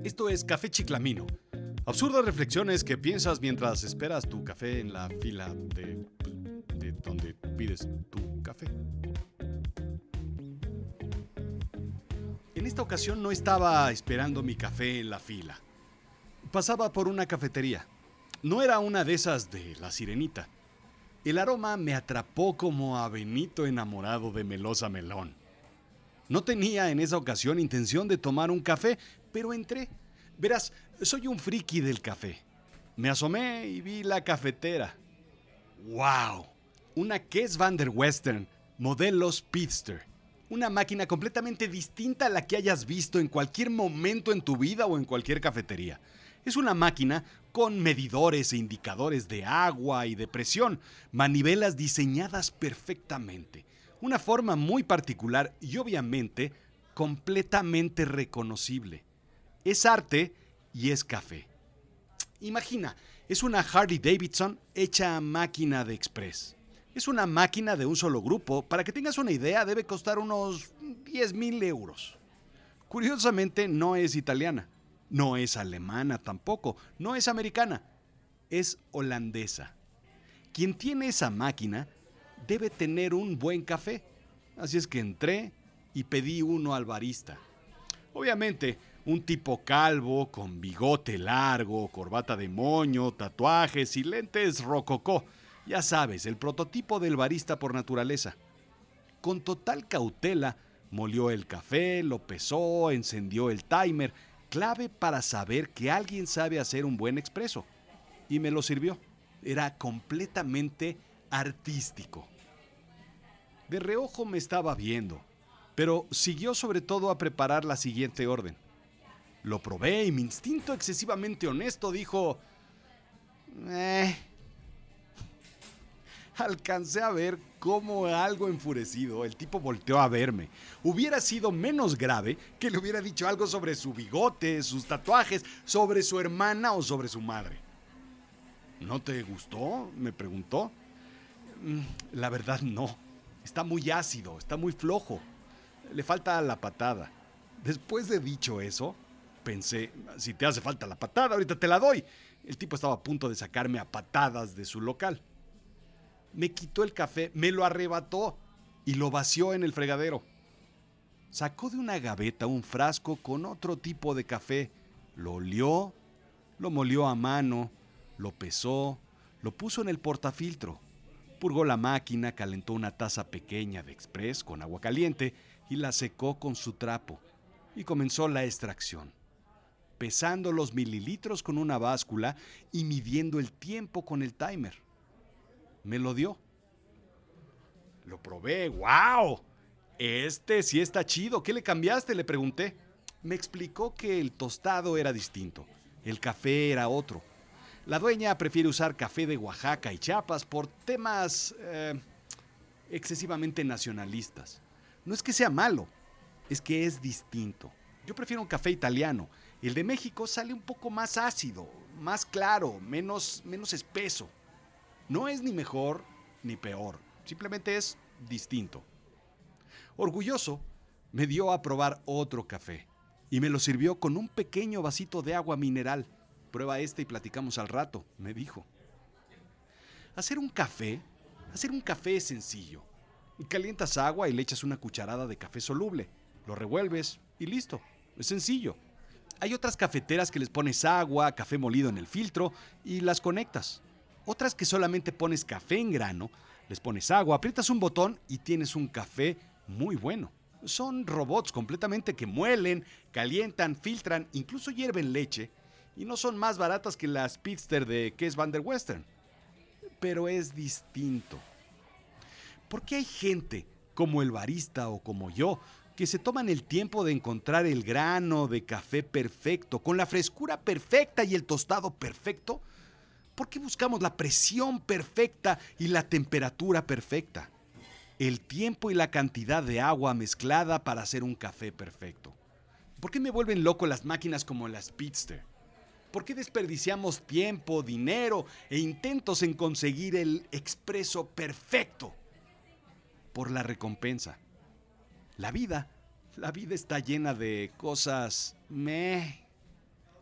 Esto es Café Chiclamino. Absurdas reflexiones que piensas mientras esperas tu café en la fila de donde pides tu café. En esta ocasión no estaba esperando mi café en la fila. Pasaba por una cafetería. No era una de esas de La Sirenita. El aroma me atrapó como a Benito enamorado de Melosa Melón. No tenía en esa ocasión intención de tomar un café, pero entré. Verás, soy un friki del café. Me asomé y vi la cafetera. ¡Wow! Una Kess Van der Western, modelo Speedster. Una máquina completamente distinta a la que hayas visto en cualquier momento en tu vida o en cualquier cafetería. Es una máquina con medidores e indicadores de agua y de presión, manivelas diseñadas perfectamente, una forma muy particular y obviamente completamente reconocible. Es arte y es café. Imagina, es una Harley Davidson hecha a máquina de express. Es una máquina de un solo grupo. Para que tengas una idea, debe costar unos 10,000 euros. Curiosamente, no es italiana. No es alemana tampoco. No es americana. Es holandesa. Quien tiene esa máquina debe tener un buen café. Así es que entré y pedí uno al barista. Obviamente, un tipo calvo, con bigote largo, corbata de moño, tatuajes y lentes rococó. Ya sabes, el prototipo del barista por naturaleza. Con total cautela, molió el café, lo pesó, encendió el timer, clave para saber que alguien sabe hacer un buen expreso. Y me lo sirvió. Era completamente artístico. De reojo me estaba viendo, pero siguió sobre todo a preparar la siguiente orden. Lo probé y mi instinto excesivamente honesto dijo: Alcancé a ver cómo, algo enfurecido, el tipo volteó a verme. Hubiera sido menos grave que le hubiera dicho algo sobre su bigote, sus tatuajes, sobre su hermana o sobre su madre. ¿No te gustó?, me preguntó. La verdad no. Está muy ácido, está muy flojo. Le falta la patada. Después de dicho eso, pensé: si te hace falta la patada, ahorita te la doy. El tipo estaba a punto de sacarme a patadas de su local. Me quitó el café, me lo arrebató y lo vació en el fregadero. Sacó de una gaveta un frasco con otro tipo de café. Lo olió, lo molió a mano, lo pesó, lo puso en el portafiltro. Purgó la máquina, calentó una taza pequeña de express con agua caliente y la secó con su trapo. Y comenzó la extracción, pesando los mililitros con una báscula y midiendo el tiempo con el timer. Me lo dio. Lo probé. ¡Wow! Este sí está chido. ¿Qué le cambiaste?, le pregunté. Me explicó que el tostado era distinto. El café era otro. La dueña prefiere usar café de Oaxaca y Chiapas por temas excesivamente nacionalistas. No es que sea malo, es que es distinto. Yo prefiero un café italiano. El de México sale un poco más ácido, más claro, menos espeso. No es ni mejor ni peor, simplemente es distinto. Orgulloso, me dio a probar otro café y me lo sirvió con un pequeño vasito de agua mineral. Prueba este y platicamos al rato, me dijo. Hacer un café es sencillo. Calientas agua y le echas una cucharada de café soluble, lo revuelves y listo, es sencillo. Hay otras cafeteras que les pones agua, café molido en el filtro y las conectas. Otras que solamente pones café en grano, les pones agua, aprietas un botón y tienes un café muy bueno. Son robots completamente que muelen, calientan, filtran, incluso hierven leche, y no son más baratas que la Speedster de Kess Van der Western. Pero es distinto. ¿Por qué hay gente como el barista o como yo que se toman el tiempo de encontrar el grano de café perfecto, con la frescura perfecta y el tostado perfecto? ¿Por qué buscamos la presión perfecta y la temperatura perfecta? El tiempo y la cantidad de agua mezclada para hacer un café perfecto. ¿Por qué me vuelven loco las máquinas como la Speedster? ¿Por qué desperdiciamos tiempo, dinero e intentos en conseguir el expreso perfecto? Por la recompensa. La vida está llena de cosas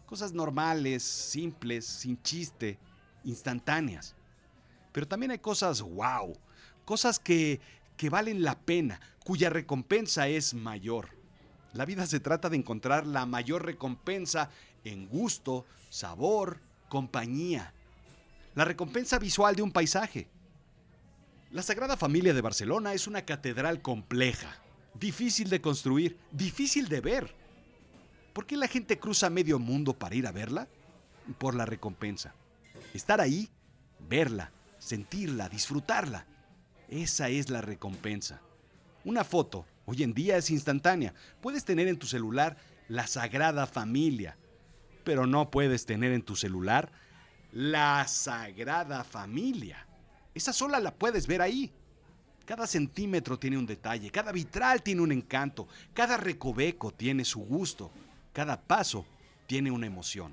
Cosas normales, simples, sin chiste, instantáneas. Pero también hay cosas wow, cosas que valen la pena, cuya recompensa es mayor. La vida se trata de encontrar la mayor recompensa en gusto, sabor, compañía. La recompensa visual de un paisaje. La Sagrada Familia de Barcelona es una catedral compleja, difícil de construir, difícil de ver. ¿Por qué la gente cruza medio mundo para ir a verla? Por la recompensa. Estar ahí, verla, sentirla, disfrutarla. Esa es la recompensa. Una foto, hoy en día es instantánea. Puedes tener en tu celular la Sagrada Familia, pero no puedes tener en tu celular la Sagrada Familia. Esa sola la puedes ver ahí. Cada centímetro tiene un detalle, cada vitral tiene un encanto, cada recoveco tiene su gusto, cada paso tiene una emoción.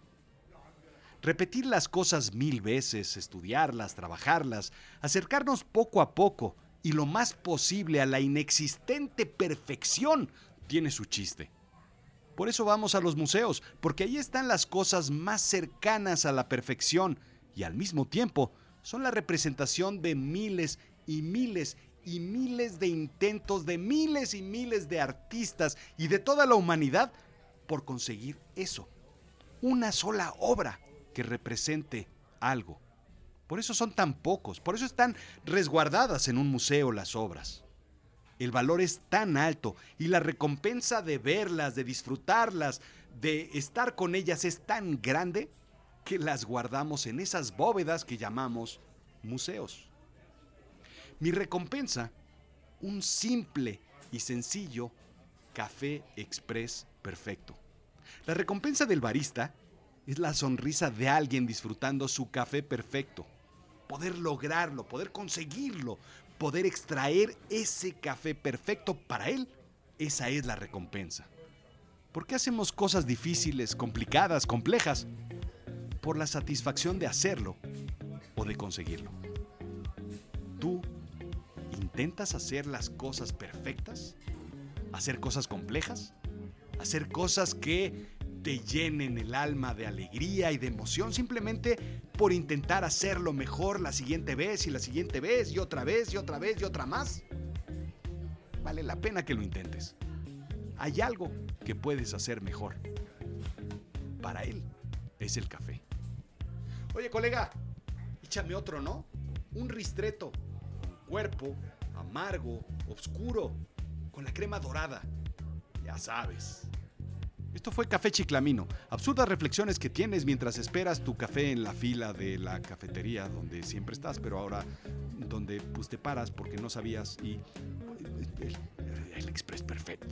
Repetir las cosas 1000 veces, estudiarlas, trabajarlas, acercarnos poco a poco y lo más posible a la inexistente perfección tiene su chiste. Por eso vamos a los museos, porque ahí están las cosas más cercanas a la perfección y al mismo tiempo son la representación de miles y miles y miles de intentos de miles y miles de artistas y de toda la humanidad por conseguir eso. Una sola obra que represente algo. Por eso son tan pocos, por eso están resguardadas en un museo las obras. El valor es tan alto y la recompensa de verlas, de disfrutarlas, de estar con ellas es tan grande que las guardamos en esas bóvedas que llamamos museos. Mi recompensa, un simple y sencillo café express perfecto. La recompensa del barista es la sonrisa de alguien disfrutando su café perfecto. Poder lograrlo, poder conseguirlo, poder extraer ese café perfecto para él, esa es la recompensa. ¿Por qué hacemos cosas difíciles, complicadas, complejas? Por la satisfacción de hacerlo o de conseguirlo. ¿Tú intentas hacer las cosas perfectas? ¿Hacer cosas complejas? ¿Hacer cosas que te llenen el alma de alegría y de emoción simplemente por intentar hacerlo mejor la siguiente vez y la siguiente vez y otra vez y otra vez y otra más? Vale la pena que lo intentes. Hay algo que puedes hacer mejor. Para él es el café. Oye, colega, échame otro, ¿no? Un ristretto, con cuerpo, amargo, oscuro, con la crema dorada. Ya sabes. Esto fue Café Chiclamino, absurdas reflexiones que tienes mientras esperas tu café en la fila de la cafetería donde siempre estás, pero ahora donde pues te paras porque no sabías y el express perfecto.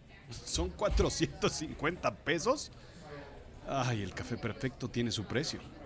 ¿Son 450 pesos? Ay, el café perfecto tiene su precio.